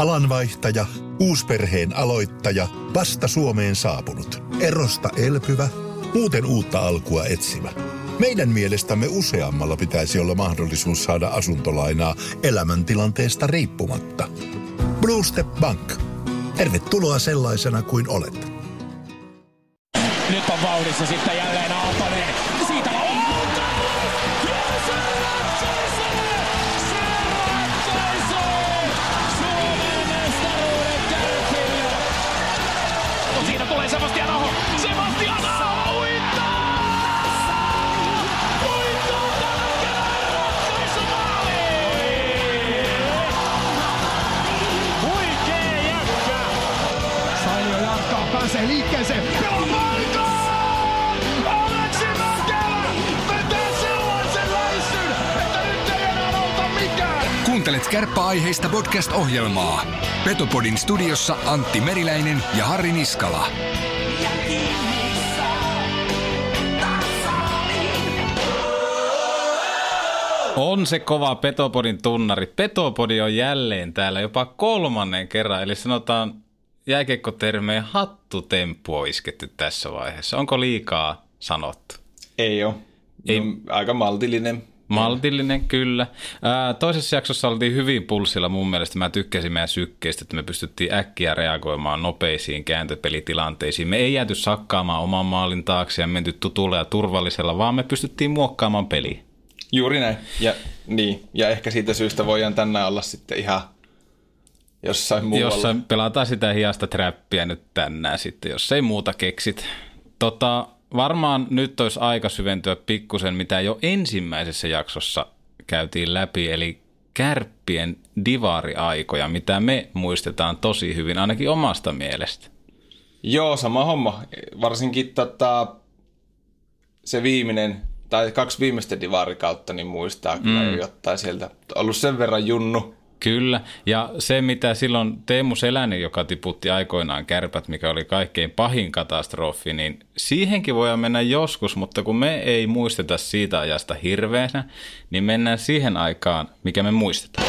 Alanvaihtaja, uusperheen aloittaja, vasta Suomeen saapunut, erosta elpyvä, muuten uutta alkua etsimä. Meidän mielestämme useammalla pitäisi olla mahdollisuus saada asuntolainaa elämäntilanteesta riippumatta. Blue Step Bank. Tervetuloa sellaisena kuin olet. Nyt on vauhdissa sitten jälleen Aaltonen. Siitä on Suomen mestaruuden kärkillä. Siinä tulee Sebastian Aho. Sebastian Aho uittaa! Uittaa tällä kerralla ratkaisumaali! Huikee jätkä! Sainio jatkaa, pääsee liikkeeseen. Pelaa paikkaan! Aleksi Mäkelä vetää sellaisen läissyn, että nyt ei enää auta mikään. Kuuntelet kärppäaiheista podcast-ohjelmaa. Petopodin studiossa Antti Meriläinen ja Harri Niskala. On se kova Petopodin tunnari. Petopodi on jälleen täällä jopa 3. kerran, eli sanotaan jääkiekkotermeen hattutemppu on isketty tässä vaiheessa. Onko liikaa sanottu? Ei ole. Ei. No, aika maltillinen. Maltillinen, kyllä. Toisessa jaksossa oltiin hyvin pulssilla mun mielestä. Mä tykkäsin meidän sykkeistä, että me pystyttiin äkkiä reagoimaan nopeisiin kääntöpelitilanteisiin. Me ei jääty sakkaamaan oman maalin taakse ja menty tutulla ja turvallisella, vaan me pystyttiin muokkaamaan peliä. Juuri näin. Ja ehkä siitä syystä voidaan tänään olla sitten ihan jossain muualla. Jossain pelataan sitä hiasta trappia nyt tänään sitten, jos ei muuta keksit. Varmaan nyt olisi aika syventyä pikkusen, mitä jo ensimmäisessä jaksossa käytiin läpi, eli Kärppien divaariaikoja, mitä me muistetaan tosi hyvin, ainakin omasta mielestä. Joo, sama homma. Varsinkin se viimeinen, tai 2 viimeistä divaarikautta, niin muistaa kyllä jo jotain sieltä. Ollut sen verran junnu. Kyllä, ja se mitä silloin Teemu Selänen, joka tiputti aikoinaan Kärpät, mikä oli kaikkein pahin katastrofi, niin siihenkin voidaan mennä joskus, mutta kun me ei muisteta siitä ajasta hirveänä, niin mennään siihen aikaan, mikä me muistetaan.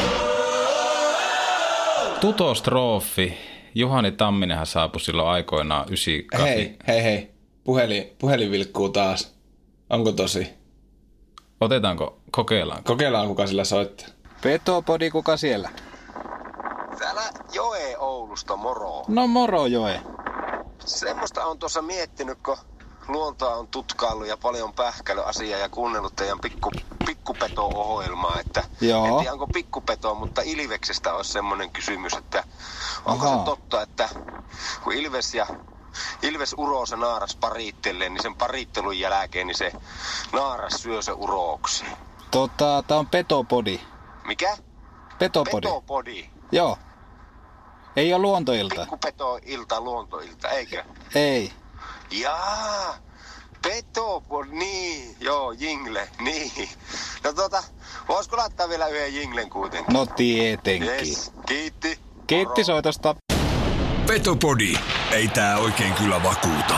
Tutostrofi. Juhani Tamminenhan saapui silloin aikoinaan 98. Hei. Puhelin vilkkuu taas. Onko tosi? Kokeillaan. Kokeillaan, kuka sillä soittaa. Petopodi, kuka siellä? Täällä Joe Oulusta, moro. No moro Joe. Semmoista on tuossa miettinyt, kun luontoa on tutkaillut ja paljon pähkäilyasiaa ja kuunnellut teidän pikkupeto-ohjelmaa, että joo. En tiedä onko pikkupeto, mutta Ilveksestä olisi semmoinen kysymys, että onko se totta, että kun Ilves uroo se naaras parittelee, niin sen parittelun jälkeen niin se naaras syö se urooksi. Tää on Petopodi. Mikä? Petopodi. Petopodi. Joo. Ei ole luontoilta. Pikkupeto-ilta, luontoilta, eikö? Ei. Jaa, Petopodi, niin, joo, jingle, niin. No voisiko laittaa vielä yhden jinglen kuitenkin? No tietenkin. Yes, kiitti. Kiitti soitosta. Petopodi. Ei tää oikein kyllä vakuuta.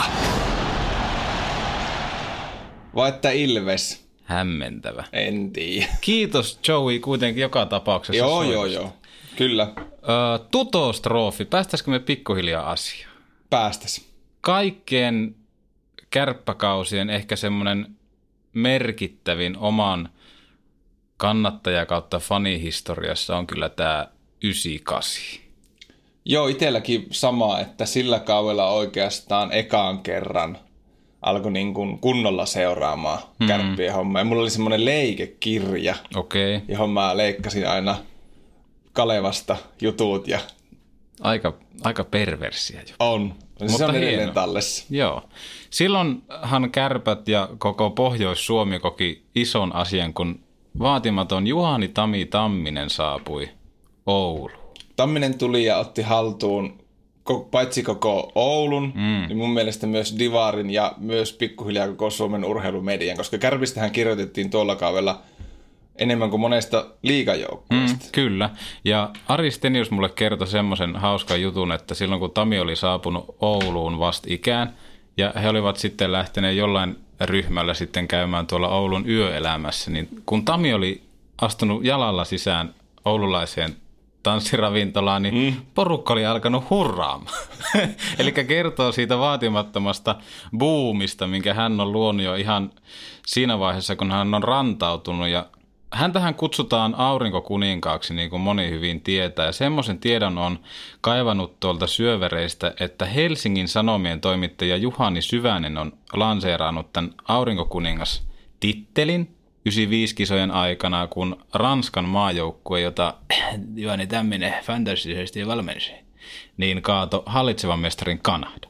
Vai että Ilves? Hämmentävä. En tiedä. Kiitos Joey kuitenkin joka tapauksessa. Joo. Kyllä. Tutostrofi. Päästäisikö me pikkuhiljaa asiaan? Päästäis. Kaikkien kärppäkausien ehkä semmoinen merkittävin oman kannattaja kautta fanihistoriassa on kyllä tämä 98. Joo, itselläkin sama, että sillä kaudella oikeastaan ekaan kerran alkoi niin kuin kunnolla seuraamaan Kärppien hommaa. Ja mulla oli semmoinen leikekirja, johon mä leikkasin aina Kalevasta jutut. Ja Aika perversiä jo. On. Se on edelleen tallessa. Joo. Silloinhan Kärpät ja koko Pohjois-Suomi koki ison asian, kun vaatimaton Juhani Tami Tamminen saapui Ouluun. Tamminen tuli ja otti haltuun paitsi koko Oulun, niin mun mielestä myös Divarin ja myös pikkuhiljaa koko Suomen urheilumedian, koska Kärpistähän kirjoitettiin tuolla kaudella enemmän kuin monesta liigajoukkueesta. Kyllä. Ja Ari Stenius mulle kertoi semmoisen hauskan jutun, että silloin kun Tami oli saapunut Ouluun vastikään, ja he olivat sitten lähteneet jollain ryhmällä sitten käymään tuolla Oulun yöelämässä, niin kun Tami oli astunut jalalla sisään oululaiseen tanssiravintolaan, niin porukka oli alkanut hurraamaan. Eli kertoo siitä vaatimattomasta buumista, minkä hän on luonut jo ihan siinä vaiheessa, kun hän on rantautunut. Ja häntähän kutsutaan aurinkokuninkaaksi, niin kuin moni hyvin tietää. Ja semmoisen tiedon on kaivannut tuolta syövereistä, että Helsingin Sanomien toimittaja Juhani Syvänen on lanseerannut tämän aurinkokuningas-tittelin 95-kisojen aikana, kun Ranskan maajoukkue, jota Juhani Tämminen fantastisesti valmensi, niin kaato hallitsevan mestarin Kanada.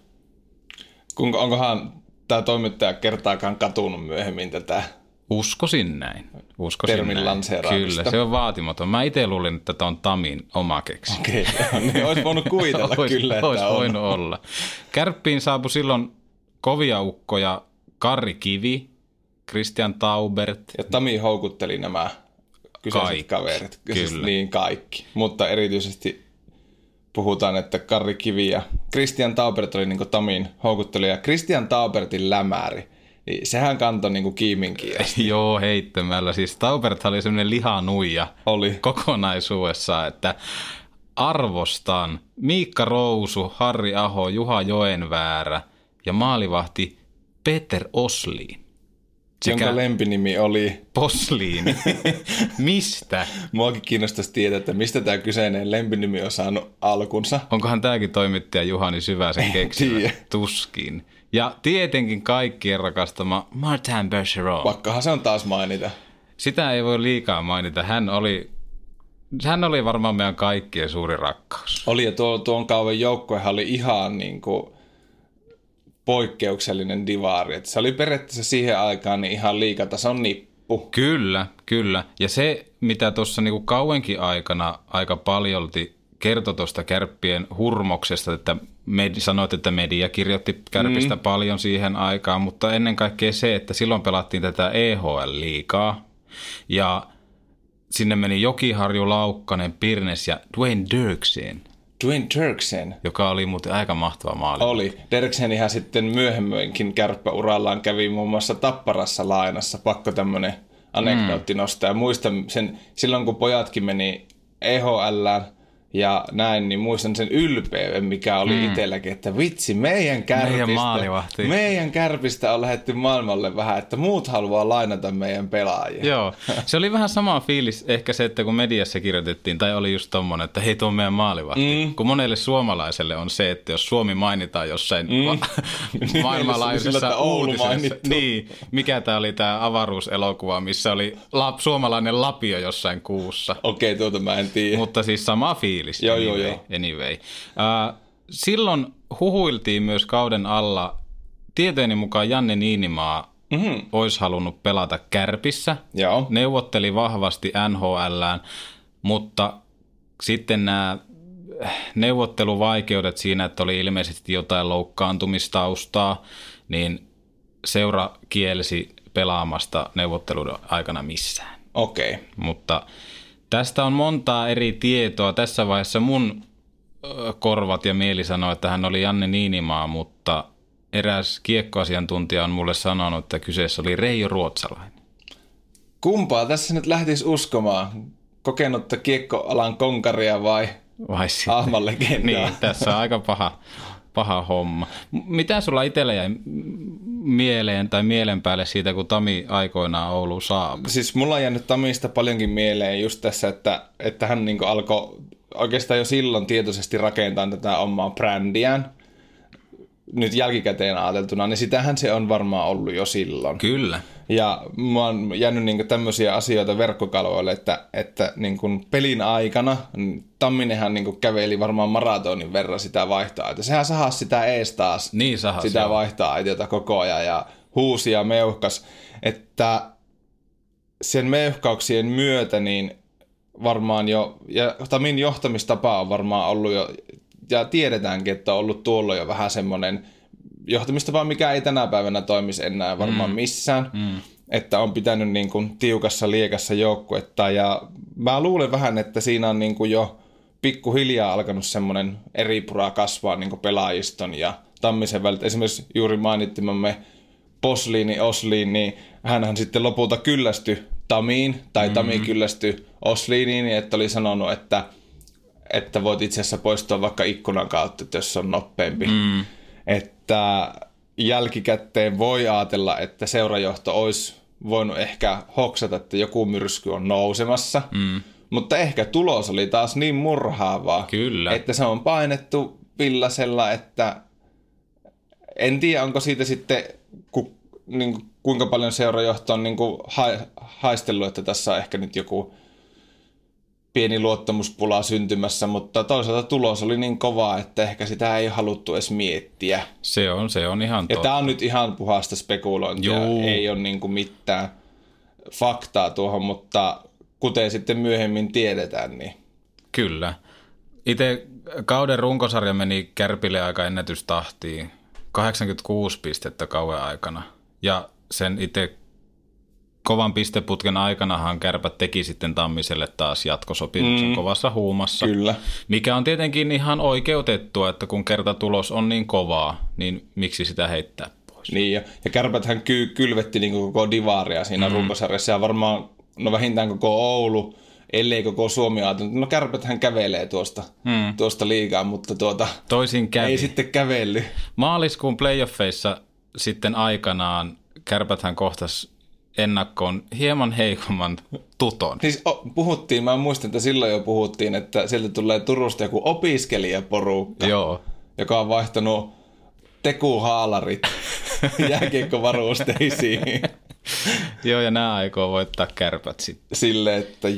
Onkohan tämä toimittaja kertaakaan katunut myöhemmin tätä Uskoisin näin. termin lanseeraamista? Kyllä, se on vaatimaton. Mä itse luulin, että tämä on Tamin oma keksi. Okei, niin olisi voinut kuvitella kyllä, että olisi voinut olla. Kärppiin saapui silloin kovia ukkoja Karri Kivi, Christian Taubert. Ja Tami houkutteli nämä kyseiset kaverit. Kyllä. Niin kaikki. Mutta erityisesti puhutaan, että Karri Kivi ja Christian Taubert oli niin kuin Tamin houkuttelija. Ja Christian Taubertin lämäri, niin sehän kantoi niin kuin kiiminkin. Joo, heittämällä. Siis Taubert oli semmoinen lihanuija kokonaisuudessaan, että arvostan Miikka Rousu, Harri Aho, Juha Joenväärä ja maalivahti Peter Osliin. Jonka lempinimi oli Posliini. Mistä? Muakin kiinnostaisi tietää, että mistä tämä kyseinen lempinimi on saanut alkunsa. Onkohan tämäkin toimittaja Juhani Syväsen keksimä? Tuskin. Ja tietenkin kaikkien rakastama Martin Bergeron. Pakkahan se on taas mainita. Sitä ei voi liikaa mainita. Hän oli varmaan meidän kaikkien suuri rakkaus. Oli, ja tuon kauan joukkuehan oli ihan niin kuin poikkeuksellinen divaari. Että se oli periaatteessa siihen aikaan niin ihan liigatason nippu. Kyllä. Ja se, mitä tuossa niinku kauenkin aikana aika paljolti kertoi tuosta Kärppien hurmoksesta, että sanoit, että media kirjoitti Kärpistä paljon siihen aikaan, mutta ennen kaikkea se, että silloin pelattiin tätä EHL-liigaa ja sinne meni Jokiharju, Laukkanen, Pirnes ja Dwayne Dirksen, joka oli muuten aika mahtava maali. Oli. Dirksenihän sitten myöhemminkin kärppäurallaan kävi muun muassa Tapparassa lainassa. Pakko tämmöinen anekdootti nostaa. Ja muistan sen, silloin kun pojatkin meni EHL:ään ja näin, niin muistan sen ylpeyden, mikä oli itselläkin, että vitsi, meidän Kärpistä on lähdetty maailmalle vähän, että muut haluaa lainata meidän pelaajia. Joo, se oli vähän sama fiilis ehkä se, että kun mediassa kirjoitettiin, tai oli just tommonen, että hei, tuo meidän maalivahti. Kun monelle suomalaiselle on se, että jos Suomi mainitaan jossain maailmanlaajuisessa uutisessa, niin, mikä tämä oli tämä avaruuselokuva, missä oli suomalainen lapio jossain kuussa. Okei, tuota mä en tiedä. Mutta siis sama fiilis. Anyway. Silloin huhuiltiin myös kauden alla, tietojeni mukaan Janne Niinimaa olisi halunnut pelata Kärpissä. Joo. Neuvotteli vahvasti NHL:ään, mutta sitten nämä neuvotteluvaikeudet siinä, että oli ilmeisesti jotain loukkaantumistaustaa, niin seura kielsi pelaamasta neuvotteluiden aikana missään. Okei. Mutta tästä on montaa eri tietoa. Tässä vaiheessa mun korvat ja mieli sanoo, että hän oli Janne Niinimaa, mutta eräs kiekkoasiantuntija on mulle sanonut, että kyseessä oli Reijo Ruotsalainen. Kumpaa tässä nyt lähtisi uskomaan? Kokenutta kiekkoalan konkaria vai Ahman legendaa? Niin, tässä on aika paha homma. Mitä sulla itsellä jäi mieleen tai mielen päälle siitä, kun Tami aikoinaan Ouluun saapui? Siis mulla on jäänyt Tamista paljonkin mieleen just tässä, että hän niin alkoi oikeastaan jo silloin tietoisesti rakentaa tätä omaa brändiään. Nyt jälkikäteen ajateltuna, niin sitähän se on varmaan ollut jo silloin. Kyllä. Ja mä oon jäänyt niinku tämmöisiä asioita verkkokalvoille, että niinku pelin aikana Tamminenhan niinku käveli varmaan maratonin verran sitä vaihtoa. Sehän sahasi sitä ees taas, niin sahas, sitä vaihtoa koko ajan ja huusi ja meuhkas. Että sen meuhkauksien myötä niin varmaan jo, ja Tamin johtamistapa on varmaan ollut jo, ja tiedetäänkin, että on ollut tuolla jo vähän semmoinen johtamistapa, mikä ei tänä päivänä toimisi enää varmaan missään. Että on pitänyt niin kuin tiukassa liekassa joukkuetta. Ja mä luulen vähän, että siinä on niin kuin jo pikkuhiljaa alkanut semmoinen eripura kasvaa niin kuin pelaajiston ja Tammisen välillä. Esimerkiksi juuri mainittimamme Osliin, niin hänhän sitten lopulta kyllästyi Tamiin, tai Tami kyllästyi Osliiniin, että oli sanonut, että että voit itse asiassa poistua vaikka ikkunan kautta, että jos se on nopeampi. Että jälkikäteen voi ajatella, että seurajohto olisi voinut ehkä hoksata, että joku myrsky on nousemassa, mutta ehkä tulos oli taas niin murhaavaa, Kyllä. että se on painettu villasella, että en tiedä, onko siitä sitten kuinka paljon seurajohto on haistellut, että tässä on ehkä nyt joku pieni luottamuspula syntymässä, mutta toisaalta tulos oli niin kova, että ehkä sitä ei haluttu edes miettiä. Se on ihan totta. Ja tämä on nyt ihan puhasta spekulointia, ei ole mitään faktaa tuohon, mutta kuten sitten myöhemmin tiedetään, niin... Kyllä. Itse kauden runkosarja meni Kärpille aika ennätystahtiin. 86 pistettä kauden aikana. Ja sen itse kovan pisteputken aikanahan Kärpät teki sitten Tammiselle taas jatkosopimuksen kovassa huumassa. Kyllä. Mikä on tietenkin ihan oikeutettua, että kun kerta tulos on niin kovaa, niin miksi sitä heittää pois? Niin, ja Kärpäthän kylvetti niin koko divaaria siinä runkosarjassa ja varmaan vähintään koko Oulu, ellei koko Suomi ajatellut. No Kärpäthän kävelee tuosta liigaa, mutta toisin kävi. Ei sitten kävellyt. Maaliskuun playoffeissa sitten aikanaan Kärpäthän kohtasi ennakkoon hieman heikomman Tuton. Siis mä muistan, että silloin jo puhuttiin, että sieltä tulee Turusta joku opiskelijaporukka, joka on vaihtanut tekuhaalarit jääkiekkovarusteisiin. Joo, ja nämä aikoo voittaa Kärpät sitten. Silleen, että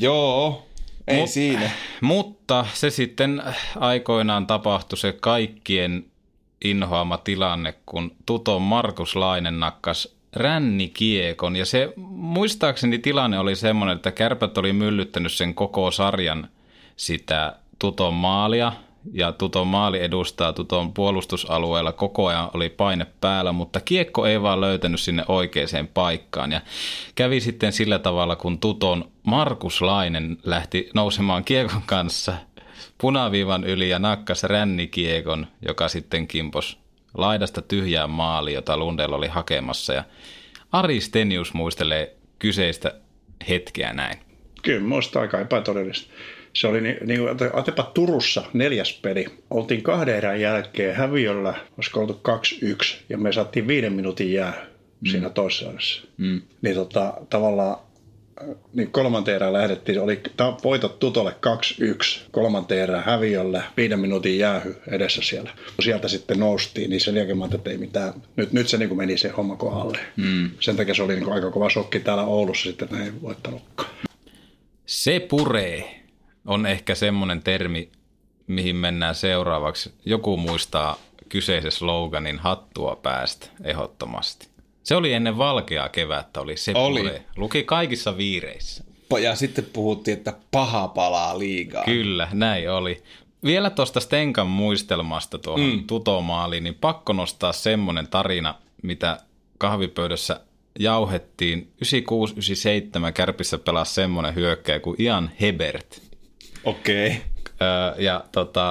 ei siinä. Mutta se sitten aikoinaan tapahtui se kaikkien inhoama tilanne, kun Tuton Markus Laine nakkas rännikiekon. Ja se muistaakseni tilanne oli semmoinen, että Kärpät oli myllyttänyt sen koko sarjan sitä Tuton maalia. Ja Tuton maali edustaa Tuton puolustusalueella, koko ajan oli paine päällä, mutta kiekko ei vaan löytänyt sinne oikeaan paikkaan. Ja kävi sitten sillä tavalla, kun Tuton Markus Laine lähti nousemaan kiekon kanssa punaviivan yli ja nakkas rännikiekon, joka sitten kimposi laidasta tyhjään maali, jota Lundell oli hakemassa. Ja Ari Stenius muistelee kyseistä hetkeä näin. Kyllä, minusta aika epätodellista. Se oli otepa Turussa 4. peli. Oltiin 2 erän jälkeen häviöllä, olisiko oltu 2-1, ja me saatiin 5 minuutin jää siinä toisessa erässä. Niin tavallaan niin 3. erään lähdettiin, oli voitot Tutolle 2-1, 3. erään häviöllä, 5 minuutin jäähy edessä siellä. Sieltä sitten noustiin, niin sen jälkeen mä ajattelin, että ei mitään. Nyt se niin kuin meni se homma kohdalle. Sen takia se oli niin kuin aika kova shokki täällä Oulussa sitten, että ne ei voittanutkaan. Se puree on ehkä semmoinen termi, mihin mennään seuraavaksi. Joku muistaa kyseisen sloganin hattua päästä ehdottomasti. Se oli ennen valkeaa kevättä, oli se puree. Luki kaikissa viireissä. Ja sitten puhuttiin, että paha palaa liigaa. Kyllä, näin oli. Vielä tuosta Stenkan muistelmasta tuohon Tutomaaliin, niin pakko nostaa semmoinen tarina, mitä kahvipöydässä jauhettiin. 96-97 Kärpissä pelasi semmoinen hyökkäjä kuin Ian Hebert. Okei. Ja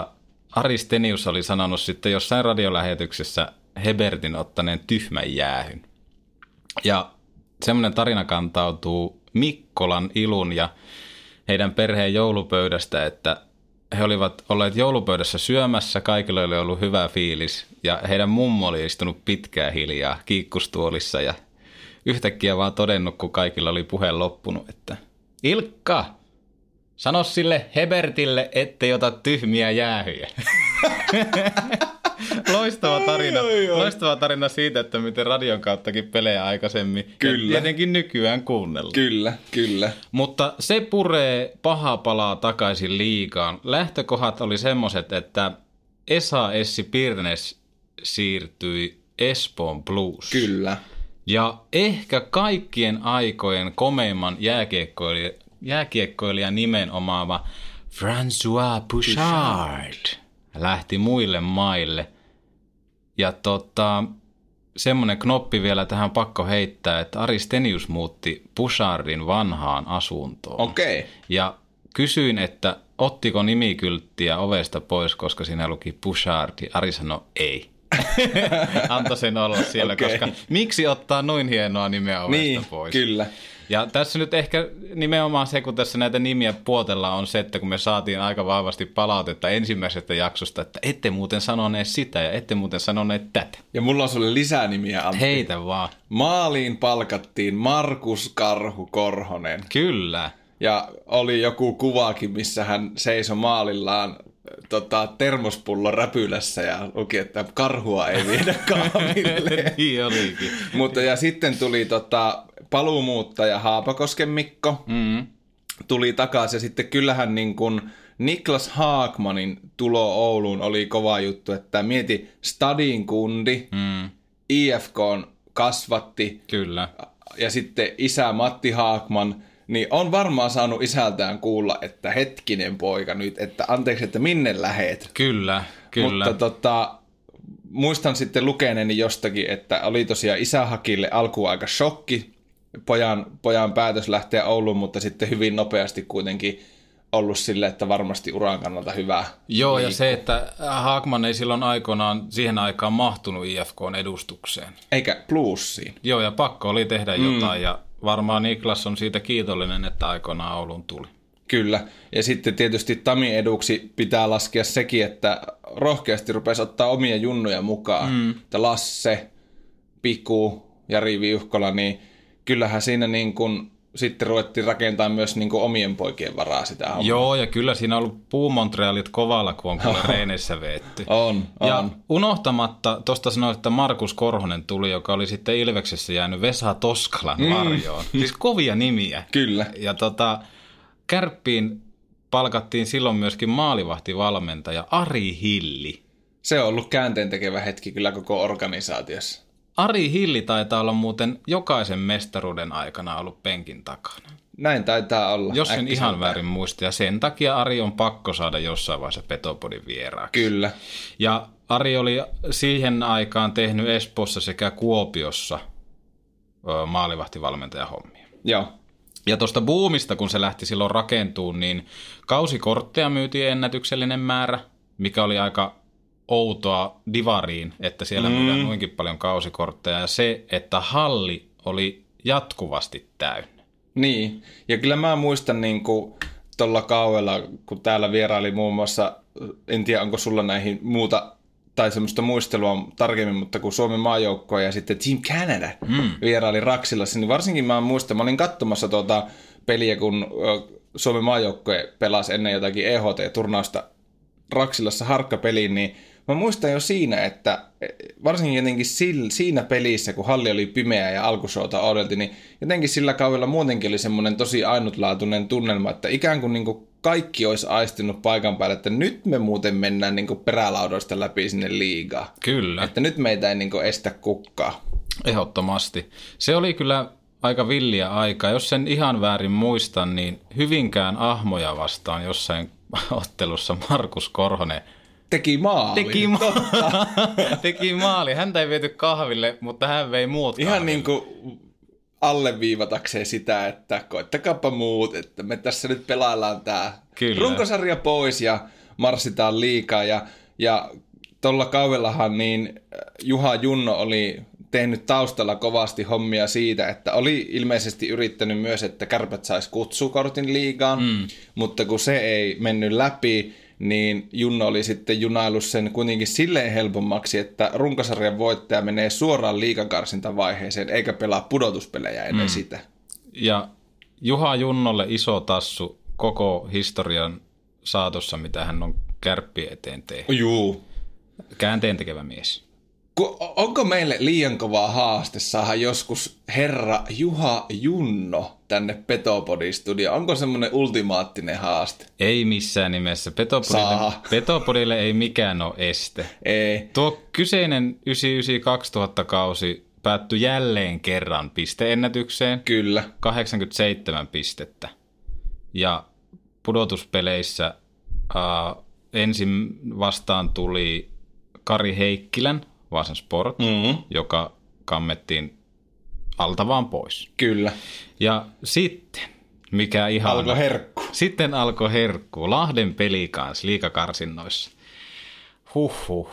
Ari Stenius oli sanonut sitten jossain radiolähetyksessä Hebertin ottaneen tyhmän jäähyn. Ja semmoinen tarina kantautuu Mikkolan Ilun ja heidän perheen joulupöydästä, että he olivat olleet joulupöydässä syömässä, kaikilla oli ollut hyvä fiilis ja heidän mummo oli istunut pitkään hiljaa kiikkustuolissa ja yhtäkkiä vaan todennut, kun kaikilla oli puhe loppunut, että Ilkka, sano sille Hebertille, ettei ota tyhmiä jäähyjä. Loistava tarina siitä, että miten radion kauttakin pelejä aikaisemmin. Kyllä. Ja tietenkin nykyään kuunnella. Kyllä. Mutta se puree paha palaa takaisin liigaan. Lähtökohdat oli semmoiset, että Esa Essi Pirnes siirtyi Espoon Blues. Kyllä. Ja ehkä kaikkien aikojen komeimman jääkiekkoilijan nimen omaava François Bouchard lähti muille maille. Ja semmoinen knoppi vielä tähän pakko heittää, että Ari Stenius muutti Bouchardin vanhaan asuntoon. Okei. Ja kysyin, että ottiko nimikylttiä ovesta pois, koska siinä luki Bouchard. Ari sanoi ei. Antoi sen olla siellä, koska miksi ottaa noin hienoa nimeä ovesta pois? Kyllä. Ja tässä nyt ehkä nimenomaan se, kun tässä näitä nimiä puotellaan, on se, että kun me saatiin aika vahvasti palautetta ensimmäisestä jaksosta, että ette muuten sanoneet sitä ja ette muuten sanoneet tätä. Ja mulla on sulle lisää nimiä, Antti. Heitä vaan. Maaliin palkattiin Markus Karhu Korhonen. Kyllä. Ja oli joku kuvakin, missä hän seisoi maalillaan termospullon räpylässä ja luki, että karhua ei viedä kahville. Niin olikin. Mutta ja sitten tuli paluumuuttaja Haapakosken Mikko. Tuli takaisin ja sitten kyllähän niin kuin Niklas Haakmanin tulo Ouluun oli kova juttu, että mieti Stadin kundi, IFK:n kasvatti. Kyllä. Ja sitten isä Matti Haakman, niin on varmaan saanut isältään kuulla, että hetkinen poika nyt, että anteeksi, että minne lähet. Kyllä. Mutta muistan sitten lukeneeni jostakin, että oli tosiaan isähakille alkuun aika shokki pojan päätös lähteä Ouluun, mutta sitten hyvin nopeasti kuitenkin ollut sille, että varmasti uran kannalta hyvä. Joo, liikku. Ja se, että Haakman ei silloin aikoinaan siihen aikaan mahtunut IFK:n edustukseen. Eikä plussiin. Joo, ja pakko oli tehdä jotain, ja varmaan Niklas on siitä kiitollinen, että aikoinaan Ouluun tuli. Kyllä, ja sitten tietysti Tamin eduksi pitää laskea sekin, että rohkeasti rupesi ottaa omia junnuja mukaan. Että Lasse, Piku, Jari Viuhkola, niin kyllähän siinä niin kuin sitten ruvettiin rakentamaan myös niin kuin omien poikien varaa sitä hommaa. Joo, ja kyllä siinä on ollut puumontrealit kovalla, kun on kyllä reineissä veetty. On. Ja unohtamatta, tuosta sanoin, että Markus Korhonen tuli, joka oli sitten Ilveksessä jäänyt Vesa Toskalan varjoon. Siis kovia nimiä. Kyllä. Ja Kärppiin palkattiin silloin myöskin maalivahtivalmentaja Ari Hilli. Se on ollut käänteentekevä hetki kyllä koko organisaatiossa. Ari Hilli taitaa olla muuten jokaisen mestaruuden aikana ollut penkin takana. Näin taitaa olla. Jos en ihan väärin muista. Ja sen takia Ari on pakko saada jossain vaiheessa Petopodin vieraaksi. Kyllä. Ja Ari oli siihen aikaan tehnyt Espoossa sekä Kuopiossa maalivahtivalmentajahommia. Joo. Ja tuosta buumista, kun se lähti silloin rakentumaan, niin kausikortteja myytiin ennätyksellinen määrä, mikä oli aika outoa divariin, että siellä myydään noinkin paljon kausikortteja. Ja se, että halli oli jatkuvasti täynnä. Niin, ja kyllä mä muistan niin kuin tuolla kauella, kun täällä vieraili muun muassa, en tiedä onko sulla näihin muuta tai semmoista muistelua tarkemmin, mutta kun Suomen maajoukkoja ja sitten Team Canada vieraili Raksilassa, niin varsinkin mä muistan, mä olin katsomassa peliä, kun Suomen maajoukkoja pelasi ennen jotakin EHT-turnausta Raksilassa harkkapeliin, niin mä muistan jo siinä, että varsinkin jotenkin siinä pelissä, kun halli oli pimeä ja alkushowta odoteltiin, niin jotenkin sillä kaudella muutenkin oli semmoinen tosi ainutlaatuinen tunnelma, että ikään kuin niinku kaikki olisi aistinut paikan päälle, että nyt me muuten mennään niinku perälaudoista läpi sinne liigaan. Kyllä. Että nyt meitä ei niinku estä kukkaa. Ehdottomasti. Se oli kyllä aika villiä aika. Jos sen ihan väärin muistan, niin Hyvinkään Ahmoja vastaan jossain ottelussa Markus Korhonen Teki maali. Häntä ei viety kahville, mutta hän vei muut kahville. Ihan niin kuin alleviivatakseen sitä, että koittakaapa muut, että me tässä nyt pelaillaan tää runkosarja pois ja marssitaan liikaa. Ja tuolla kaudellahan niin Juha Junno oli tehnyt taustalla kovasti hommia siitä, että oli ilmeisesti yrittänyt myös, että Kärpät saisi kutsukortin liigaan, mutta kun se ei mennyt läpi, niin Junno oli sitten junaillut sen kuitenkin silleen helpommaksi, että runkosarjan voittaja menee suoraan liigakarsintavaiheeseen, eikä pelaa pudotuspelejä ennen sitä. Ja Juha Junnolle iso tassu koko historian saatossa, mitä hän on Kärppien eteen tehnyt. Juu. Käänteentekevä mies. Onko meille liian kova haaste saada joskus herra Juha Junno tänne Petopodin studioon? Onko semmoinen ultimaattinen haaste? Ei missään nimessä. Petopodille ei mikään ole este. Ei. Tuo kyseinen 99-2000 kausi päättyi jälleen kerran pisteennätykseen. Kyllä. 87 pistettä. Ja pudotuspeleissä ensin vastaan tuli Kari Heikkilän Vaasan Sport, joka kammettiin alta vaan pois. Kyllä. Ja sitten, mikä ihana. Alkoi herkku. Sitten alkoi herkku. Lahden Pelikans liigakarsinnoissa.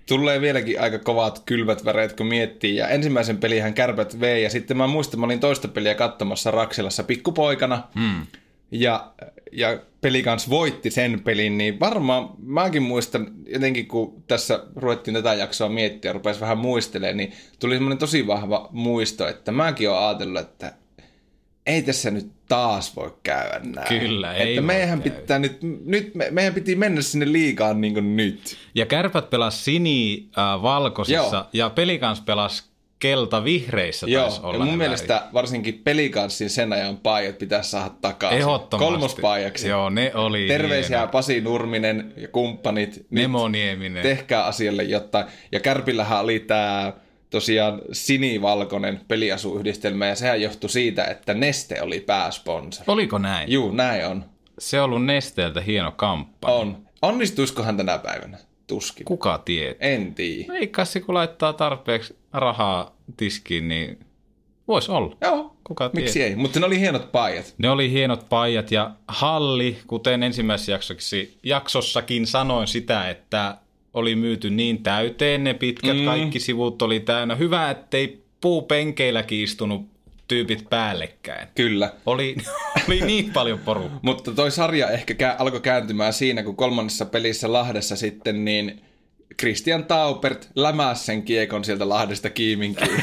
tulee vieläkin aika kovat kylmät väreet, kun miettii. Ja ensimmäisen pelihän Kärpät vei. Ja sitten mä muistan, mä olin toista peliä katsomassa Raksilassa pikkupoikana. Ja Pelikans voitti sen pelin, niin varmaan mäkin muistan jotenkin, kun tässä ruvettiin tätä jaksoa miettiä ja rupesi vähän muistelemaan, niin tuli semmoinen tosi vahva muisto, että mäkin olen ajatellut, että ei tässä nyt taas voi käydä näin. Kyllä, ei että meidän pitää meidän piti mennä sinne liigaan niin kuin nyt. Ja Kärpät pelasi valkoisissa ja Pelikans pelasi kelta-vihreissä taisi olla. Ja mun mielestä varsinkin Pelikanssin sen ajan paijat pitäisi saada takaisin. Ehdottomasti. Kolmospaijaksi. Joo, ne oli terveisiä hieno. Pasi Nurminen ja kumppanit. Nemo Nieminen. Tehkää asialle jotain. Ja Kärpillähän oli tämä tosiaan sinivalkoinen peliasuyhdistelmä, ja sehän johtui siitä, että Neste oli pääsponsori. Oliko näin? Juu, näin on. Se on ollut Nesteeltä hieno kampanja. On. Onnistuisikohan tänä päivänä? Tuskin. Kuka tietää? En tiedä. Veikkaasi, kun laittaa tarpeeksi rahaa tiskiin, niin voisi olla. Joo, kuka miksi tietää? ei? Mutta ne oli hienot paijat. Ne oli hienot paijat ja halli, kuten ensimmäisessä jaksossakin sanoin sitä, että oli myyty niin täyteen ne pitkät, kaikki sivut oli täynnä. Hyvä, ettei puupenkeilläkin istunut tyypit päällekkäin. Kyllä. Oli niin paljon porukkaa. Mutta toi sarja ehkä alkoi kääntymään siinä, kun kolmannessa pelissä Lahdessa sitten niin Christian Taubert lämäsi sen kiekon sieltä Lahdesta kiiminkiin.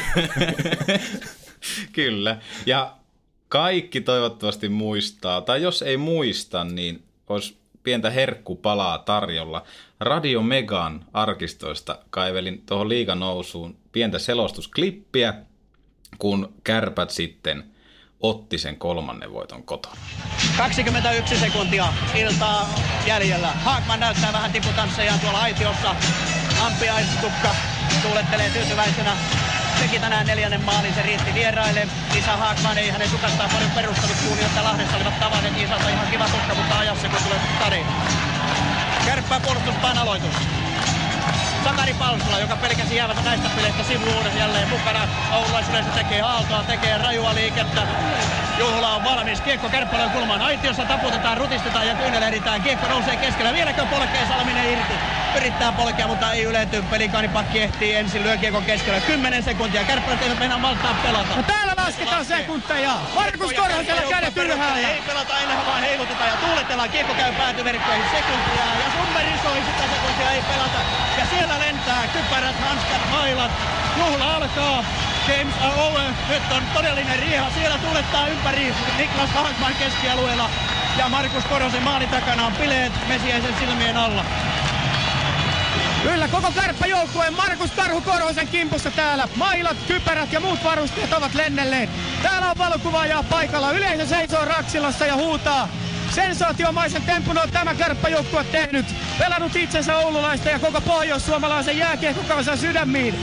Kyllä. Ja kaikki toivottavasti muistaa, tai jos ei muista, niin olisi pientä herkkupalaa tarjolla. Radio Megan arkistoista kaivelin tuohon liiganousuun pientä selostusklippiä, kun Kärpät sitten otti sen 3. voiton kotona. 21 sekuntia iltaa jäljellä. Haakman näyttää vähän tiputansseja tuolla aitiossa. Ampiaistukka tuulettelee tyytyväisenä. Teki tänään 4. maalin, se riitti vieraille. Isa Haakman ei hänen tukastaan paljon perustanut, kuuli, että Lahdessa olivat tavanneet Isalta ihan kiva tukka, mutta ajassa kun tulee Tari. Kärppää puolustuspään aloitus. Sakari Palsula, joka pelkäsi jäävätä näistä peleistä sivuun jälleen mukana. Oululaisyleisö tekee aaltoa, tekee rajua liikettä. Juhla on valmis. Kiekko Kärppälön kulmaan aitiossa. Taputetaan, rutistetaan ja kyynelehditään. Kiekko nousee keskellä. Vieläkö polkee Salminen irti? Yrittää polkea, mutta ei ylety. Pelikaanipakki ehtii ensin. Lyö kiekon keskellä. 10 sekuntia. Kärppälät eivät mennä malttaa pelata. No täällä lasketaan sekunteja. Markus Korhosella kädet ylhäällä. Ei pelata, ennenhän vaan heilutetaan ja tuuletellaan. Kiekko käy päätyverkkoihin sekuntia. Ja Summeri soi sitä sekuntia. Ei pelata. Ja siellä lentää kypärät, hanskat, mailat. Juhla alkaa. James Owen, nyt on todellinen rieha. Siellä tuulettaa ympäri Niklas Haakman keskialueella. Ja Markus Korhosen maalin takana on bileet Mesiäisen silmien alla. Kyllä, koko kärppäjoukkue Markus Karhu Korhosen kimpussa täällä. Mailat, kypärät ja muut varusteet ovat lennelleet. Täällä on valokuvaajaa paikalla. Yleisö seisoo Raksilassa ja huutaa. Sensaatiomaisen tempun on tämä kärppäjoukkue tehnyt. Pelannut itsensä oululaista ja koko pohjois-suomalaisen jääkiekkokansan sydämiin.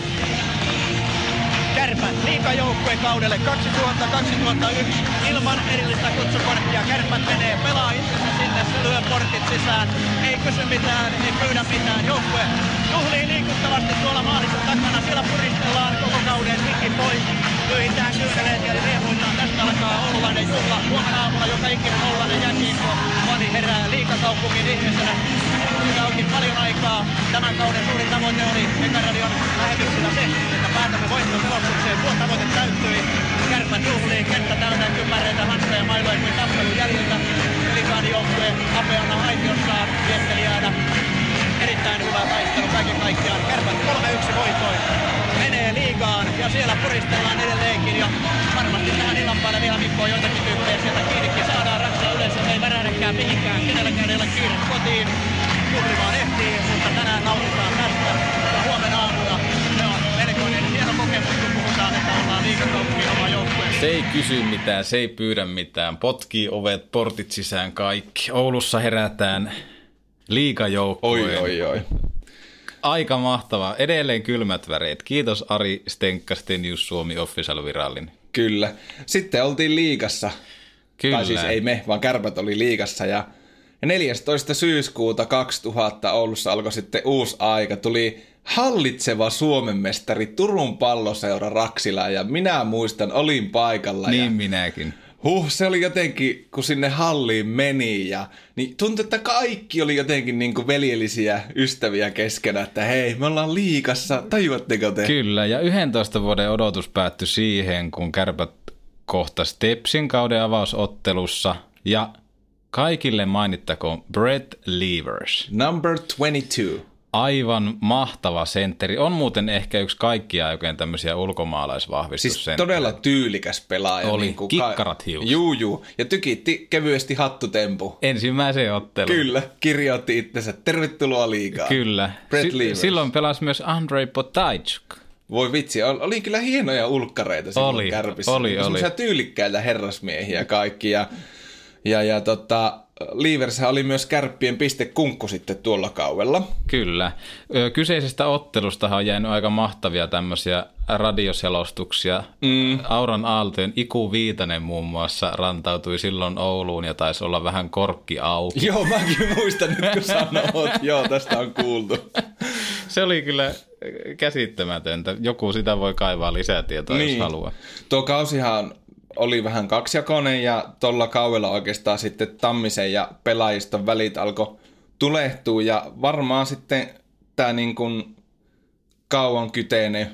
Kärpät liigajoukkue kaudelle 2000-2001 ilman erillistä kutsukorttia. Kärpät menee, pelaa itsensä sinne, se lyö portit sisään. Ei kysy mitään, ei pyydä mitään. Joukkue juhlii liikuttavasti tuolla maalissa takana. Siellä puristellaan koko kauden hikki pois. Lyhitään kyyneleet ja riemuitaan. Tästä alkaa oululainen juhla. Huomenna aamulla joka ikinen oululainen jääkiekko fani herää liigakaupungin ihmisenä. Sitä onkin paljon aikaa. Tämän kauden suurin tavoite oli Megaradion lähetyksellä se, että päätämme voittoselostukseen. Tuo tavoite täyttyi. Kärpät juhlii, kenttä täynnä kypäreitä, hanskoja, mailoja kuin tappelun jäljiltä. Pelikaanijoukkue apeana aitiossaan viettelijänä. Erittäin hyvä taistelu kaiken kaikkiaan. Kärpät 3-1 voitoin. Menee liigaan ja siellä puristellaan edelleenkin. Ja varmasti tähän illan päälle vielä Mikko joitakin tyyppejä sieltä kiinnikin saadaan. Raksala yleensä ei värähdäkään mihinkään. Kenelläkään ei ole kiinni kotiin. Juhlimaan ehtii, mutta tänään nautitaan tästä. Ja huomenna aamulla se on melkoinen hieno kokemus, kun puhutaan, että ollaan liigakaupungin oma joukkue. Se ei kysy mitään, se ei pyydä mitään. Potkii ovet, portit sisään kaikki. Oulussa herätään liigajoukkueen. Oi. Aika mahtavaa. Edelleen kylmät väreet. Kiitos Ari Stenkka, Stenius Suomi Official virallinen. Kyllä. Sitten oltiin liigassa. Kyllä. Tai siis ei me, vaan Kärpät oli liigassa ja 14. syyskuuta 2000 Oulussa alkoi sitten uusi aika. Tuli hallitseva Suomen mestari Turun Palloseura Raksila ja minä muistan, olin paikalla. Niin ja minäkin. Se oli jotenkin, kun sinne halliin meni niin tuntui, että kaikki oli jotenkin niin kuin veljellisiä ystäviä keskenään, että hei, me ollaan liigassa, tajuatteko te? Kyllä, ja 11 vuoden odotus päättyi siihen, kun Kärpät kohtasi Tepsin kauden avausottelussa, ja kaikille mainittakoon Brett Levers. Number 22. Aivan mahtava sentteri. On muuten ehkä yksi kaikkia oikein tämmöisiä ulkomaalaisvahvistussenttejä. Siis todella tyylikäs pelaaja. Oli, niin kuin kikkarat hiukset. Juu. Ja tykitti kevyesti hattutempu. Ensimmäiseen otteluun. Kyllä, kirjoitti itsensä. Tervetuloa liigaan. Kyllä. Brett Levers. Silloin pelasi myös Andrei Potajczuk. Voi vitsi, oli kyllä hienoja ulkkareita silloin Kärpissä. Oli. Semmoisia tyylikkäitä herrasmiehiä kaikki. Ja Levershän oli myös Kärppien pistekunkku sitten tuolla kaudella. Kyllä. Kyseisestä ottelustahan on jäänyt aika mahtavia tämmöisiä radioselostuksia. Auran Aaltojen Iku Viitanen muun muassa rantautui silloin Ouluun ja taisi olla vähän korkki auki. Joo, mäkin muistan nyt kun sanot. Joo, tästä on kuultu. Se oli kyllä käsittämätöntä. Joku sitä voi kaivaa lisätietoa, jos haluaa. Tuo kausihan oli vähän kaksijakoinen ja tuolla kaudella oikeastaan sitten Tammisen ja pelaajiston välit alkoi tulehtua ja varmaan sitten tämä niin kuin kauan kyteinen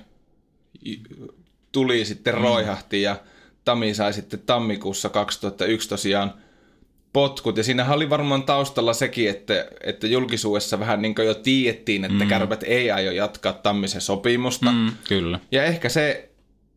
tuli sitten roihahti ja Tami sai sitten tammikuussa 2001 tosiaan potkut ja siinähän oli varmaan taustalla sekin, että julkisuudessa vähän niin kuin jo tiedettiin, että Kärpät ei aio jatkaa Tammisen sopimusta. Kyllä. Ja ehkä se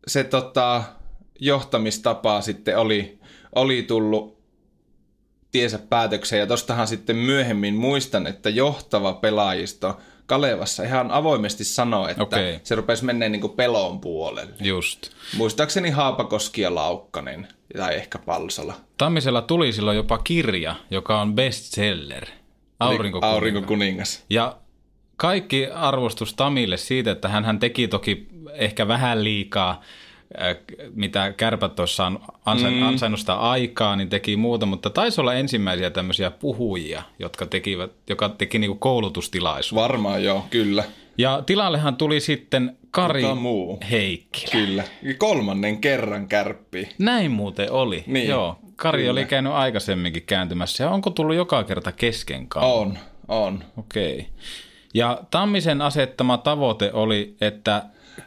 johtamistapa sitten oli tullut tiensä päätökseen ja tostahan sitten myöhemmin muistan, että johtava pelaajisto Kalevassa ihan avoimesti sanoi, että se rupesi menneen niin kuin pelon puolelle. Just. Muistaakseni Haapakoski ja Laukkanen tai ehkä Palsala. Tammisella tuli silloin jopa kirja, joka on bestseller. Aurinkokuningas. Ja kaikki arvostus Tamille siitä, että hän teki toki ehkä vähän liikaa, mitä Kärpät olisi ansainnut sitä aikaa, niin teki muuta, mutta taisi olla ensimmäisiä tämmöisiä puhujia, joka teki niinku koulutustilaisuuden. Varmaan joo, kyllä. Ja tilallehan tuli sitten Kari Heikkilä. Kyllä, 3. kerran Kärppiin. Näin muuten oli, niin, joo. Kari oli käynyt aikaisemminkin kääntymässä, ja onko tullut joka kerta kesken kauden? On. Okei. Ja Tammisen asettama tavoite oli, että...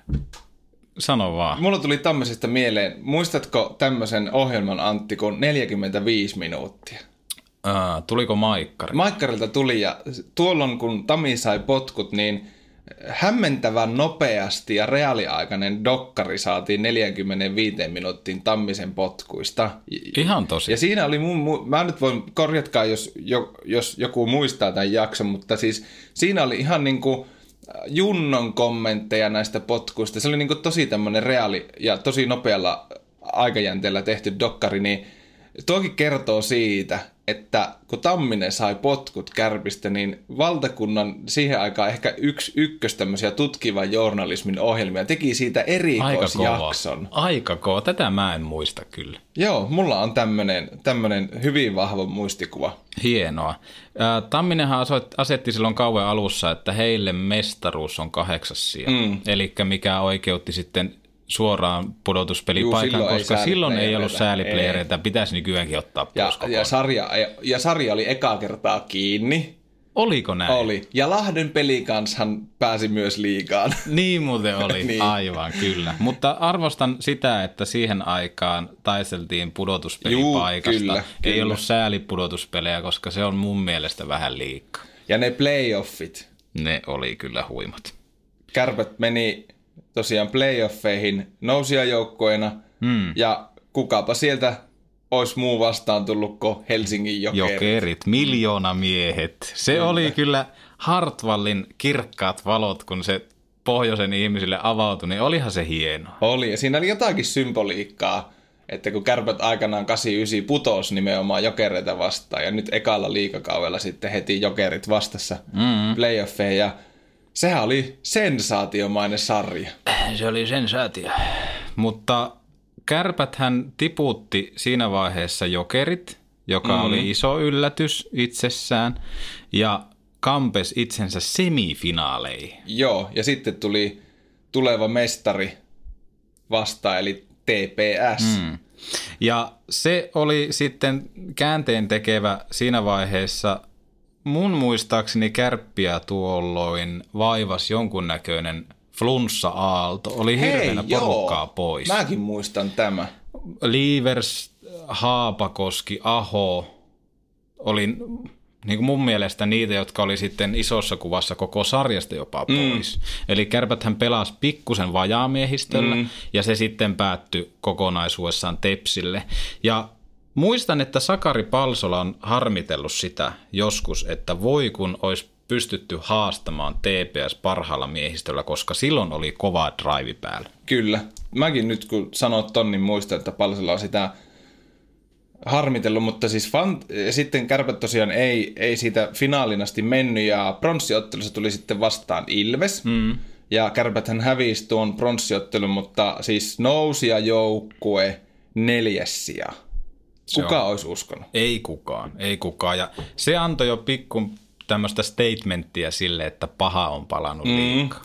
Sano vaan. Mulla tuli tämmöisestä mieleen. Muistatko tämmöisen ohjelman, Antti, kun 45 minuuttia? Tuliko Maikkari? Maikkarilta tuli ja tuolloin kun Tami sai potkut, niin hämmentävän nopeasti ja reaaliaikainen dokkari saatiin 45 minuuttiin Tammisen potkuista. Ihan tosi. Ja siinä oli mä nyt voin, korjatkaa jos joku muistaa tämän jakson, mutta siis siinä oli ihan niin kuin Junnon kommentteja näistä potkuista. Se oli niin kuin tosi tämmöinen reaali ja tosi nopealla aikajänteellä tehty dokkari, niin tuokin kertoo siitä, että kun Tamminen sai potkut Kärpistä, niin valtakunnan siihen aikaan ehkä ykkös tämmöisiä tutkivan journalismin ohjelmia teki siitä erikoisjakson. Aika kova. Tätä mä en muista kyllä. Joo, mulla on tämmönen hyvin vahva muistikuva. Hienoa. Tamminenhan asetti silloin kauan alussa, että heille mestaruus on 8. sija. Elikkä mikä oikeutti sitten suoraan pudotuspelipaikan, koska silloin ei ollut sääliplayereita, pitäisi nykyäänkin ottaa pois ja sarja oli ekaa kertaa kiinni. Oliko näin? Oli. Ja Lahden Pelikanshan pääsi myös liigaan. Niin muuten oli, niin. Aivan kyllä. Mutta arvostan sitä, että siihen aikaan taisteltiin pudotuspelipaikasta. Kyllä. Ei ollut säälipudotuspelejä, koska se on mun mielestä vähän liikaa. Ja ne playoffit. Ne oli kyllä huimat. Kärpät meni tosiaan playoffeihin nousijajoukkoina, ja kukapa sieltä olisi muu vastaan tullut kuin Helsingin Jokerit. Jokerit, miljoonamiehet. Se oli kyllä Hartwallin kirkkaat valot, kun se pohjoisen ihmisille avautui, niin olihan se hieno. Oli, ja siinä oli jotakin symboliikkaa, että kun Kärpät aikanaan 89 putosi nimenomaan Jokereita vastaan, ja nyt ekalla liigakaudella sitten heti Jokerit vastassa playoffeihin, ja sehän oli sensaatiomainen sarja. Se oli sensaatio. Mutta Kärpäthän tiputti siinä vaiheessa Jokerit, joka oli iso yllätys itsessään, ja kampesi itsensä semifinaaleihin. Joo, ja sitten tuli tuleva mestari vastaan, eli TPS. Ja se oli sitten käänteen tekevä siinä vaiheessa. Mun muistaakseni Kärppiä tuolloin vaivasi jonkunnäköinen flunssa-aalto. Oli hirveänä porukkaa pois. Mäkin muistan tämä. Liivers, Haapakoski, Aho oli niin kuin mun mielestä niitä, jotka oli sitten isossa kuvassa koko sarjasta jopa pois. Eli Kärpäthän pelasi pikkusen vajaamiehistöllä ja se sitten päättyi kokonaisuudessaan Tepsille. Ja muistan, että Sakari Palsola on harmitellut sitä joskus, että voi kun olisi pystytty haastamaan TPS parhaalla miehistöllä, koska silloin oli kova drive päällä. Kyllä. Mäkin nyt kun sanot ton, niin muistan, että Palsola on sitä harmitellut, mutta siis sitten Kärpät tosiaan ei siitä finaalin asti mennyt ja pronssiottelussa tuli sitten vastaan Ilves. Ja Kärpäthän hävisi tuon pronssiottelun, mutta siis nousijajoukkue 4. sija. Kuka olisi uskonut? Ei kukaan. Ja se antoi jo pikku tämmöistä statementtia sille, että paha on palannut liikaa.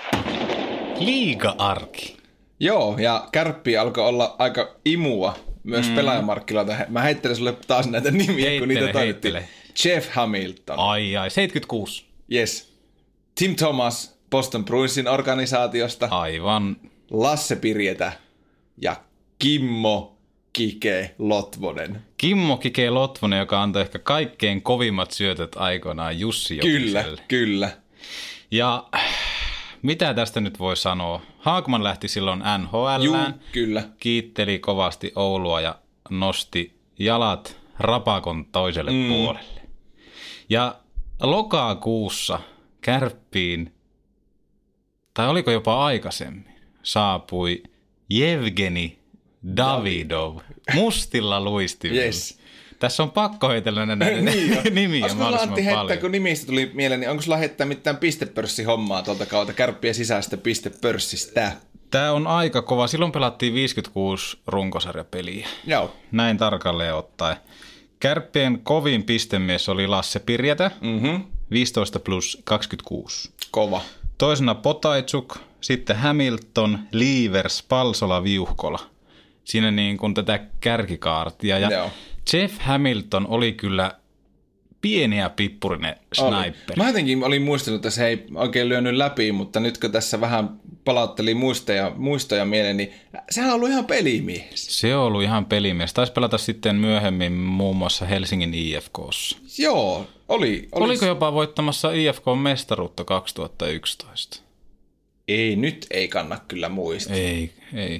Liiga-arki. Joo, ja Kärppi alkoi olla aika imua myös pelaajamarkkinoilta. Mä heittelen sulle taas näitä nimiä, kun niitä toimittiin. Jeff Hamilton. Ai, 76. Yes. Tim Thomas Boston Bruinsin organisaatiosta. Aivan. Lasse Pirjetä ja Kimmo Kike Lotvonen. Kimmo Kike Lotvonen, joka antoi ehkä kaikkein kovimmat syötöt aikoinaan Jussi Jokiselle. Kyllä. Ja mitä tästä nyt voi sanoa? Haakman lähti silloin NHL:ään. Kyllä. Kiitteli kovasti Oulua ja nosti jalat rapakon toiselle puolelle. Ja lokakuussa Kärppiin, tai oliko jopa aikaisemmin, saapui Jevgeni Davidov mustilla luistimilla. Yes. Tässä on pakko heitellä näitä nimiä mahdollisimman Antti paljon. heittää, kun nimistä tuli mieleen, niin onko sulla heittää mitään pistepörssihommaa tuolta kautta Kärppien sisäistä pistepörssistä? Tämä on aika kova. Silloin pelattiin 56 runkosarjapeliä. Joo. Näin tarkalleen ottaen. Kärppien kovin pistemies oli Lasse Pirjetä, 15 plus 26. Kova. Toisena Potaitsuk, sitten Hamilton, Liivers, Palsola, Viuhkola. Siinä niin kuin tätä kärkikaartia. Ja Jeff Hamilton oli kyllä pieni ja pippurinen sniperi. Mä jotenkin olin muistanut, että se ei oikein lyönyt läpi, mutta nyt kun tässä vähän palautteli muistoja mieleen, niin sehän on ollut ihan pelimies. Se on ollut ihan pelimies. Taisi pelata sitten myöhemmin muun muassa Helsingin IFK:ssa. Joo, oli. Oliko jopa voittamassa IFK-mestaruutta 2011? Ei, nyt ei kanna kyllä muistaa. Ei.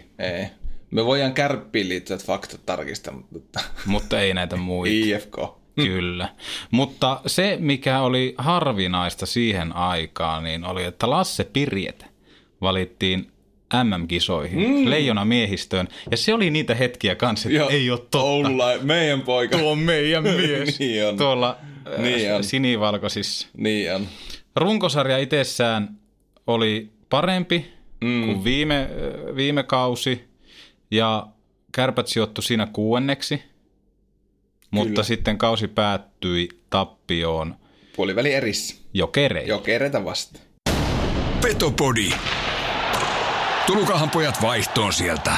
Me voidaan Kärppiin liittyvät faktat tarkistaa, mutta ei näitä muita. IFK. Kyllä. Mutta se, mikä oli harvinaista siihen aikaan, niin oli, että Lasse Pirjetä valittiin MM-kisoihin, leijona miehistöön. Ja se oli niitä hetkiä kanssa, että ei ole totta. Meidän poika. Tuo on meidän mies. Niin on. Tuolla sinivalkoisissa. Niin on. Runkosarja itsessään oli parempi kuin viime kausi. Ja Kärpät sijoittui siinä 6. Mutta sitten kausi päättyi tappioon puoliväli erissä. Jokereita vastaan. Petopodi. Tulukahan pojat vaihtoon sieltä.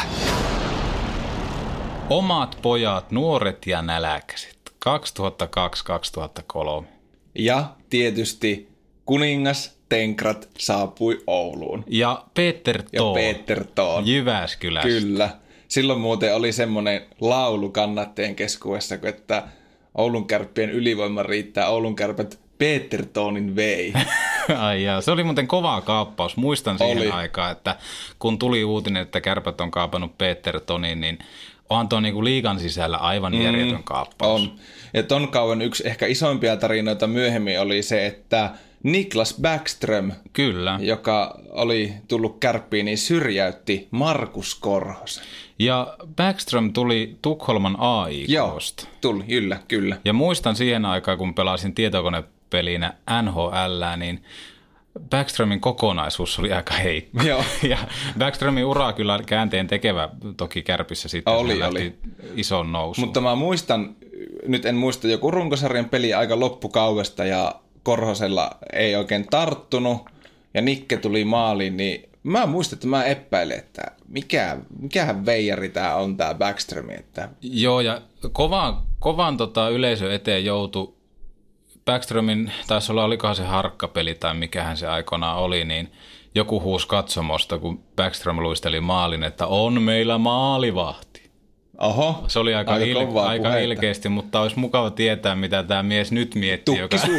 Omat pojat, nuoret ja näläkäiset. 2002-2003. Ja tietysti kuningas Tenkrat saapui Ouluun. Ja Peter Toon. Jyväskylästä. Kyllä. Silloin muuten oli semmoinen laulu kannattajien keskuudessa, että Oulun Kärppien ylivoima riittää, Oulun Kärpät Peter Toonin vei. Ai jaa, se oli muuten kova kaappaus. Muistan siihen aikaan, että kun tuli uutinen, että Kärpät on kaapannut Peter Toonin, niin onhan tuo niinku liigan sisällä aivan järjetön kaappaus. On. Ja ton kauan yksi ehkä isoimpia tarinoita myöhemmin oli se, että Niklas Backström, kyllä, joka oli tullut Kärppiin, niin syrjäytti Markus Korhosen. Ja Backström tuli Tukholman AIK:sta. Joo, tuli, kyllä. Ja muistan siihen aikaan, kun pelasin tietokonepelinä NHL, niin Backströmin kokonaisuus oli aika heikko. Joo. Ja Backströmin ura kyllä käänteen tekevä toki Kärpissä sitten. Oli. Ison nousu. Mutta mä muistan, nyt en muista, joku runkosarjan peli aika loppukaudesta ja Korhosella ei oikein tarttunut ja Nikke tuli maaliin, niin mä muistan, että mä epäilen, että mikähän veijari tää on tää Backstrom. Että... Joo, ja kovan yleisön eteen joutui Backstromin, taisi olla, olikohan se harkkapeli tai mikähän se aikoinaan oli, niin joku huusi katsomosta, kun Backstrom luisteli maalin, että on meillä maalivahti. Oho, se oli aika ilkeästi, mutta olisi mukava tietää, mitä tämä mies nyt miettii,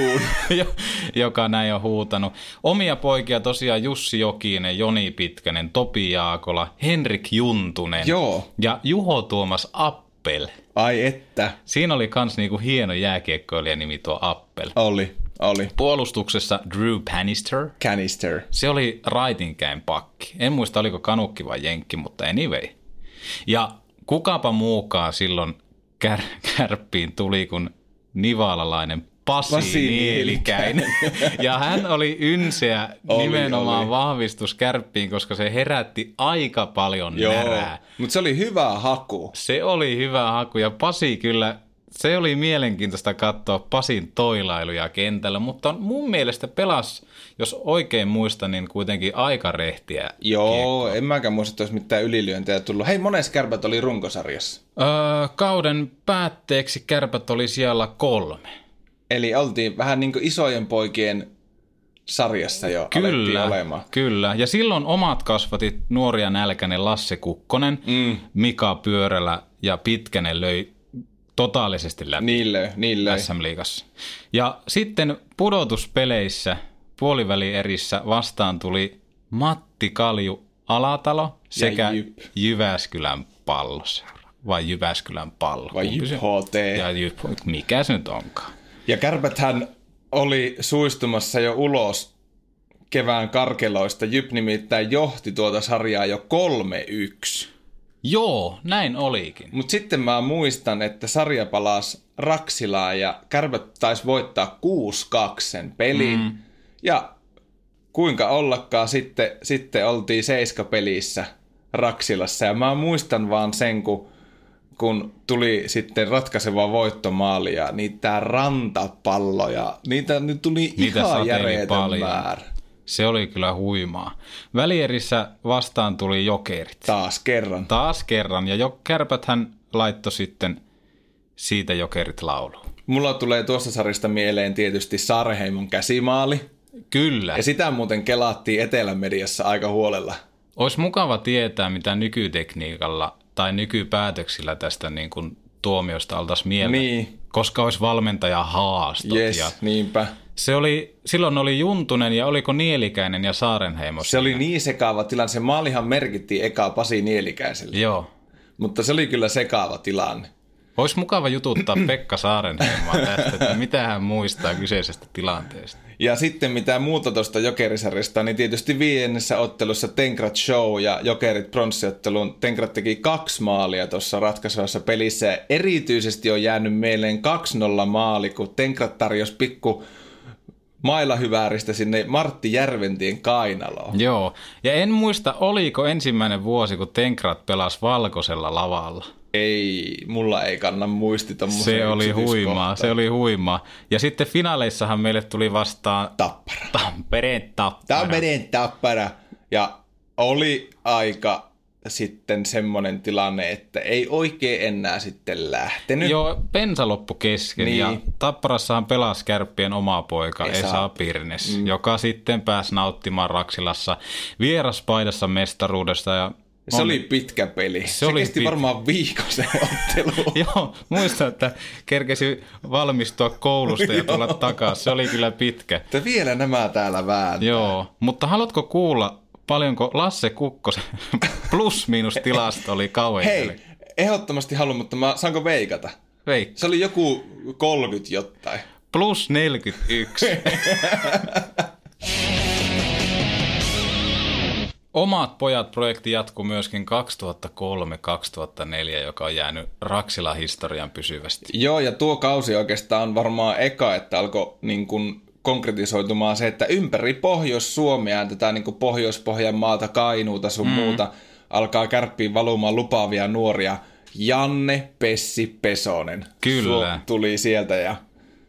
joka näin on huutanut. Omia poikia tosiaan Jussi Jokinen, Joni Pitkänen, Topi Jaakola, Henrik Juntunen ja Juho Tuomas Appel. Ai että. Siinä oli kans niinku hieno jääkiekkoilija nimi tuo Appel. Oli. Puolustuksessa Drew Canister. Se oli raitinkäin pakki. En muista, oliko kanukki vai jenkki, mutta anyway. Ja kukapa muukaan silloin kärppiin tuli kuin nivalalainen Pasi Nielikäinen. Ja hän oli ynseä nimenomaan vahvistus kärppiin, koska se herätti aika paljon närää. Mutta se oli hyvä haku. Se oli hyvä haku ja Pasi kyllä, se oli mielenkiintoista katsoa Pasin toilailuja kentällä, mutta mun mielestä pelasi, jos oikein muistan, niin kuitenkin aika rehtiä. Joo, en mäkään muista, että olisi mitään ylilyöntejä tullut. Hei, mones Kärpät oli runkosarjassa? Kauden päätteeksi Kärpät oli siellä 3. Eli oltiin vähän niin kuin isojen poikien sarjassa jo alettiin olemaan. Kyllä, ja silloin omat kasvatit nuoria nälkäinen Lasse Kukkonen, Mika Pyörälä ja Pitkänen löi totaalisesti läpi. Niin löi. SM-liigassa. Ja sitten pudotuspeleissä puolivälierissä vastaan tuli Matti Kalju Alatalo sekä Jyväskylän Palloseura. Vai Jyväskylän Pallo. Vai JYP-HT. Ja JYP, mikä se nyt onkaan. Ja Kärpäthän oli suistumassa jo ulos kevään karkeloista. JYP nimittäin johti tuota sarjaa jo 3-1. Joo, näin olikin. Mutta sitten mä muistan, että sarja palasi Raksilaan ja Kärpät taisi voittaa 6-2 sen pelin. Ja kuinka ollakaan sitten oltiin 7 pelissä Raksilassa. Ja mä muistan vaan sen, kun tuli sitten ratkaiseva voittomaali ja niitä rantapalloja, niitä tuli ihan järjetön määrä. Se oli kyllä huimaa. Välierissä vastaan tuli Jokerit. Taas kerran. Ja Kärpäthän laittoi sitten siitä Jokerit lauluun. Mulla tulee tuossa sarjasta mieleen tietysti Saarenheimon käsimaali. Kyllä. Ja sitä muuten kelattiin Etelämediassa aika huolella. Olisi mukava tietää, mitä nykytekniikalla tai nykypäätöksillä tästä niin kuin tuomiosta oltaisiin mieltä. Niin. Koska olisi valmentaja haastot. Yes, niinpä. Silloin oli Juntunen ja oliko Nielikäinen ja Saarenheimo. Se oli niin sekaava tilanne. Se maalihan merkittiin eka Pasi Nielikäiselle. Joo. Mutta se oli kyllä sekaava tilanne. Olisi mukava jututtaa Pekka Saarenheimoa tästä, että mitä hän muistaa kyseisestä tilanteesta. Ja sitten mitä muuta tuosta Jokerisarjasta, niin tietysti 5. ottelussa Tenkrat Show ja Jokerit pronssiotteluun. Tenkrat teki 2 maalia tuossa ratkaisevassa pelissä. Ja erityisesti on jäänyt mieleen 2-0 maali, kun Tenkrat tarjosi pikku mailahyvääristä sinne Martti Järventien kainaloon. Joo, ja en muista, oliko ensimmäinen vuosi, kun Tenkrat pelasi valkoisella lavalla. Ei, mulla ei kanna muisti tommosen se oli huimaa. Ja sitten finaaleissahan meille tuli vastaan Tampereen Tappara. Ja oli aika sitten semmoinen tilanne, että ei oikein enää sitten lähtenyt. Joo, bensa loppu kesken ja Tapparassahan pelasi Kärppien oma poika Esa Pirnes, joka sitten pääsi nauttimaan Raksilassa vieraspaidassa mestaruudesta ja se oli pitkä peli. Se kesti varmaan viikon se ottelu. Joo, muistan, että kerkesi valmistua koulusta ja tulla takaisin. Se oli kyllä pitkä. Että vielä nämä täällä vääntää. Joo, mutta haluatko kuulla, paljonko Lasse Kukkosen plus-miinus-tilasto oli kauhean? Hei, ehdottomasti haluan, mutta saanko veikata? Veikka. Se oli joku 30 jotain. Plus 41. Omat pojat-projekti jatkuu myöskin 2003-2004, joka on jäänyt Raksila-historian pysyvästi. Joo, ja tuo kausi oikeastaan on varmaan eka, että alkoi niin kuin konkretisoitumaan se, että ympäri Pohjois-Suomea, tätä niin kuin Pohjois-Pohjanmaata, Kainuuta sun muuta, alkaa Kärppiin valumaan lupaavia nuoria. Janne Pessi Pesonen. Kyllä. Tuli sieltä ja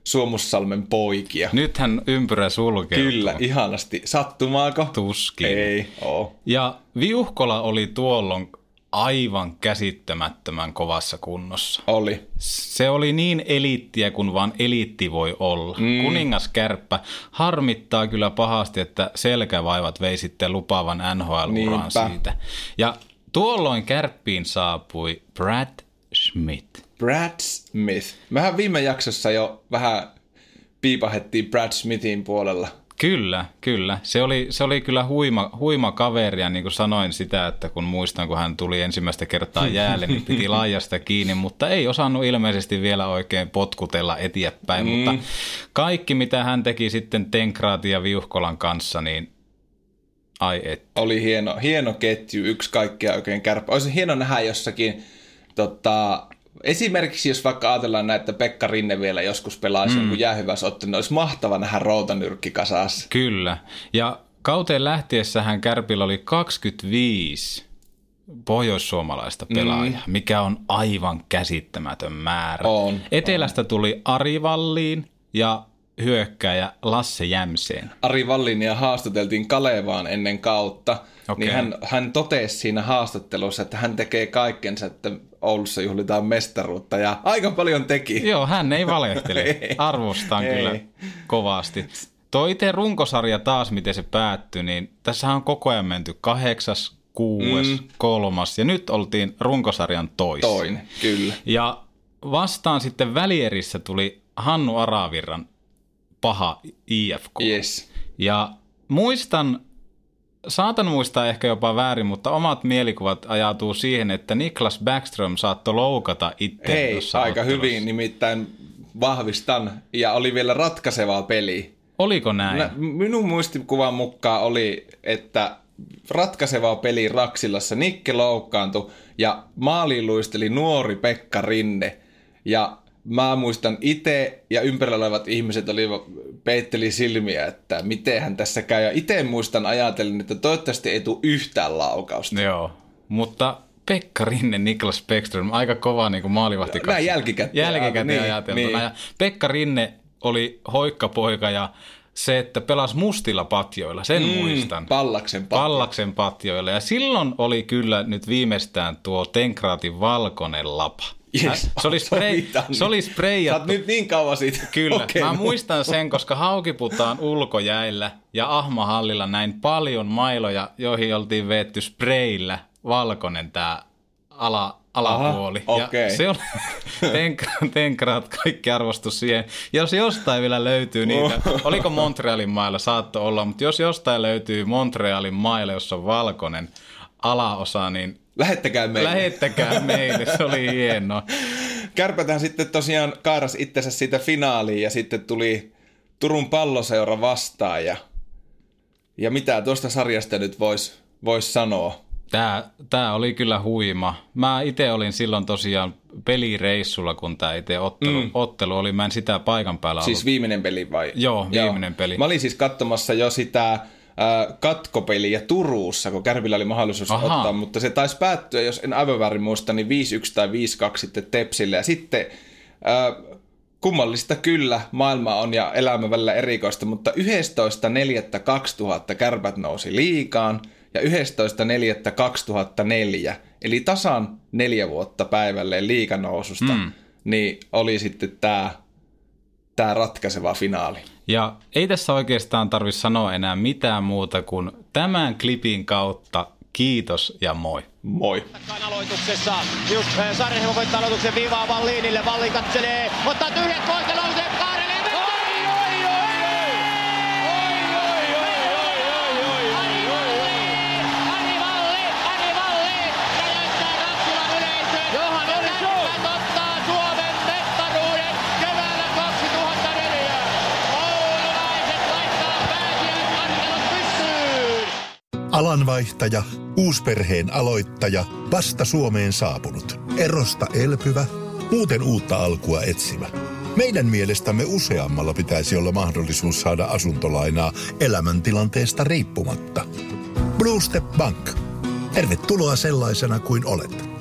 Suomussalmen poikia. Nythän ympyrä sulkeutuu. Kyllä, ihanasti. Sattumaako? Tuskin. Ei oo. Ja Viuhkola oli tuolloin aivan käsittämättömän kovassa kunnossa. Oli. Se oli niin eliittiä kuin vaan eliitti voi olla. Kuningaskärppä harmittaa kyllä pahasti, että selkävaivat vei sitten lupaavan NHL-uran siitä. Ja tuolloin Kärppiin saapui Brad Smith. Brad Smith. Mehän viime jaksossa jo vähän piipahettiin Brad Smithin puolella. Kyllä. Se oli kyllä huima kaveri, ja niin kuin sanoin sitä, että kun muistan, kun hän tuli ensimmäistä kertaa jäälle, niin piti laajasta kiinni, mutta ei osannut ilmeisesti vielä oikein potkutella eteenpäin. Mutta kaikki, mitä hän teki sitten Tenkraatin ja Viuhkolan kanssa, niin ai et. Oli hieno ketju, yksi kaikkea oikein Kärppä. Olisi hieno nähdä jossakin esimerkiksi jos vaikka ajatellaan näin, että Pekka Rinne vielä joskus pelaisi jonkun jäähyvässä ottelun, niin olisi mahtava nähdä routanyrkki kasassa. Kyllä. Ja kauteen lähtiessähän Kärpillä oli 25 pohjoissuomalaista pelaajaa, mikä on aivan käsittämätön määrä. On. Etelästä tuli Ari Valliin ja hyökkääjä Lasse Jämseen. Ari Vallinia haastateltiin Kalevaan ennen kautta. Okay. Niin hän totesi siinä haastattelussa, että hän tekee kaikkensa, että Oulussa juhlitaan mestaruutta, ja aika paljon teki. Joo, hän ei valehtele. Arvostan kyllä kovasti. Tuo itse runkosarja taas, miten se päättyi, niin tässä on koko ajan menty 8., 6., 3. ja nyt oltiin runkosarjan toinen, kyllä. Ja vastaan sitten välierissä tuli Hannu Aravirran paha IFK. Yes. Ja saatan muistaa ehkä jopa väärin, mutta omat mielikuvat ajautuu siihen, että Niklas Backström saattoi loukata itseään. Hei, aika hyvin, nimittäin vahvistan, ja oli vielä ratkaisevaa peliä. Oliko näin? Minun muistikuvan mukaan oli, että ratkaisevaa peli Raksilassa, Nikke loukkaantui ja maaliin luisteli nuori Pekka Rinne, ja mä muistan itse ja ympärillä olevat ihmiset peitteli silmiä, että mitenhän tässä käy. Ja itse muistan ajatellen, että toivottavasti ei tule yhtään laukausta. Joo, mutta Pekka Rinne, Niklas Bäckström, aika kova niin kuin maalivahti. Näin jälkikäteen ajateltuna. Niin. Ja Pekka Rinne oli hoikkapoika, ja se, että pelasi mustilla patjoilla, sen muistan. Pallaksen patjoilla. Ja silloin oli kyllä nyt viimeistään tuo Tenkraatin valkoinen lapa. Yes. Se oli spreijattu. Sä oot nyt niin kauan siitä. Kyllä. Mä muistan sen, koska Haukiputaan ulkojäillä ja Ahmahallilla näin paljon mailoja, joihin oltiin veetty spreillä valkoinen tää alapuoli. Okay. Ja se oli Tenkraat, kaikki arvostus siihen. Jos jostain vielä löytyy niitä, oliko Montrealin mailla, saattoi olla, mutta jos jostain löytyy Montrealin mailla, jossa on valkoinen alaosa, niin Lähettäkää meille, se oli hienoa. Kärpätään sitten tosiaan kaaras itsensä siitä finaaliin, ja sitten tuli Turun Palloseura vastaan, ja mitä tuosta sarjasta nyt vois sanoa? Tää oli kyllä huima. Mä itse olin silloin tosiaan pelireissulla, kun tää itse ottelu oli. Mä en sitä paikan päällä ollut. Siis viimeinen peli vai? Joo, viimeinen peli. Mä olin siis katsomassa jo sitä katkopeliä Turussa, kun Kärpillä oli mahdollisuus ottaa, mutta se taisi päättyä, jos en aivan väärin muista, niin 5-1 tai 5-2 sitten Tepsille. Ja sitten kummallista kyllä, maailma on ja elämä välillä erikoista, mutta 11.4.2000 Kärpät nousi liigaan ja 11.4.2004, eli tasan 4 vuotta päivälleen liiganoususta, niin oli sitten tämä ratkaiseva finaali. Ja ei tässä oikeastaan tarvitse sanoa enää mitään muuta kuin tämän klipin kautta kiitos ja moi. Moi. Aloituksessa just Saariheimo voittaa aloituksen viivaa Valliinille. Vallin katselee, ottaa tyhjät pois ja nousee kaarelle. Alanvaihtaja, uusperheen aloittaja, vasta Suomeen saapunut, erosta elpyvä, muuten uutta alkua etsimä. Meidän mielestämme useammalla pitäisi olla mahdollisuus saada asuntolainaa elämäntilanteesta riippumatta. Blue Step Bank. Tervetuloa sellaisena kuin olet.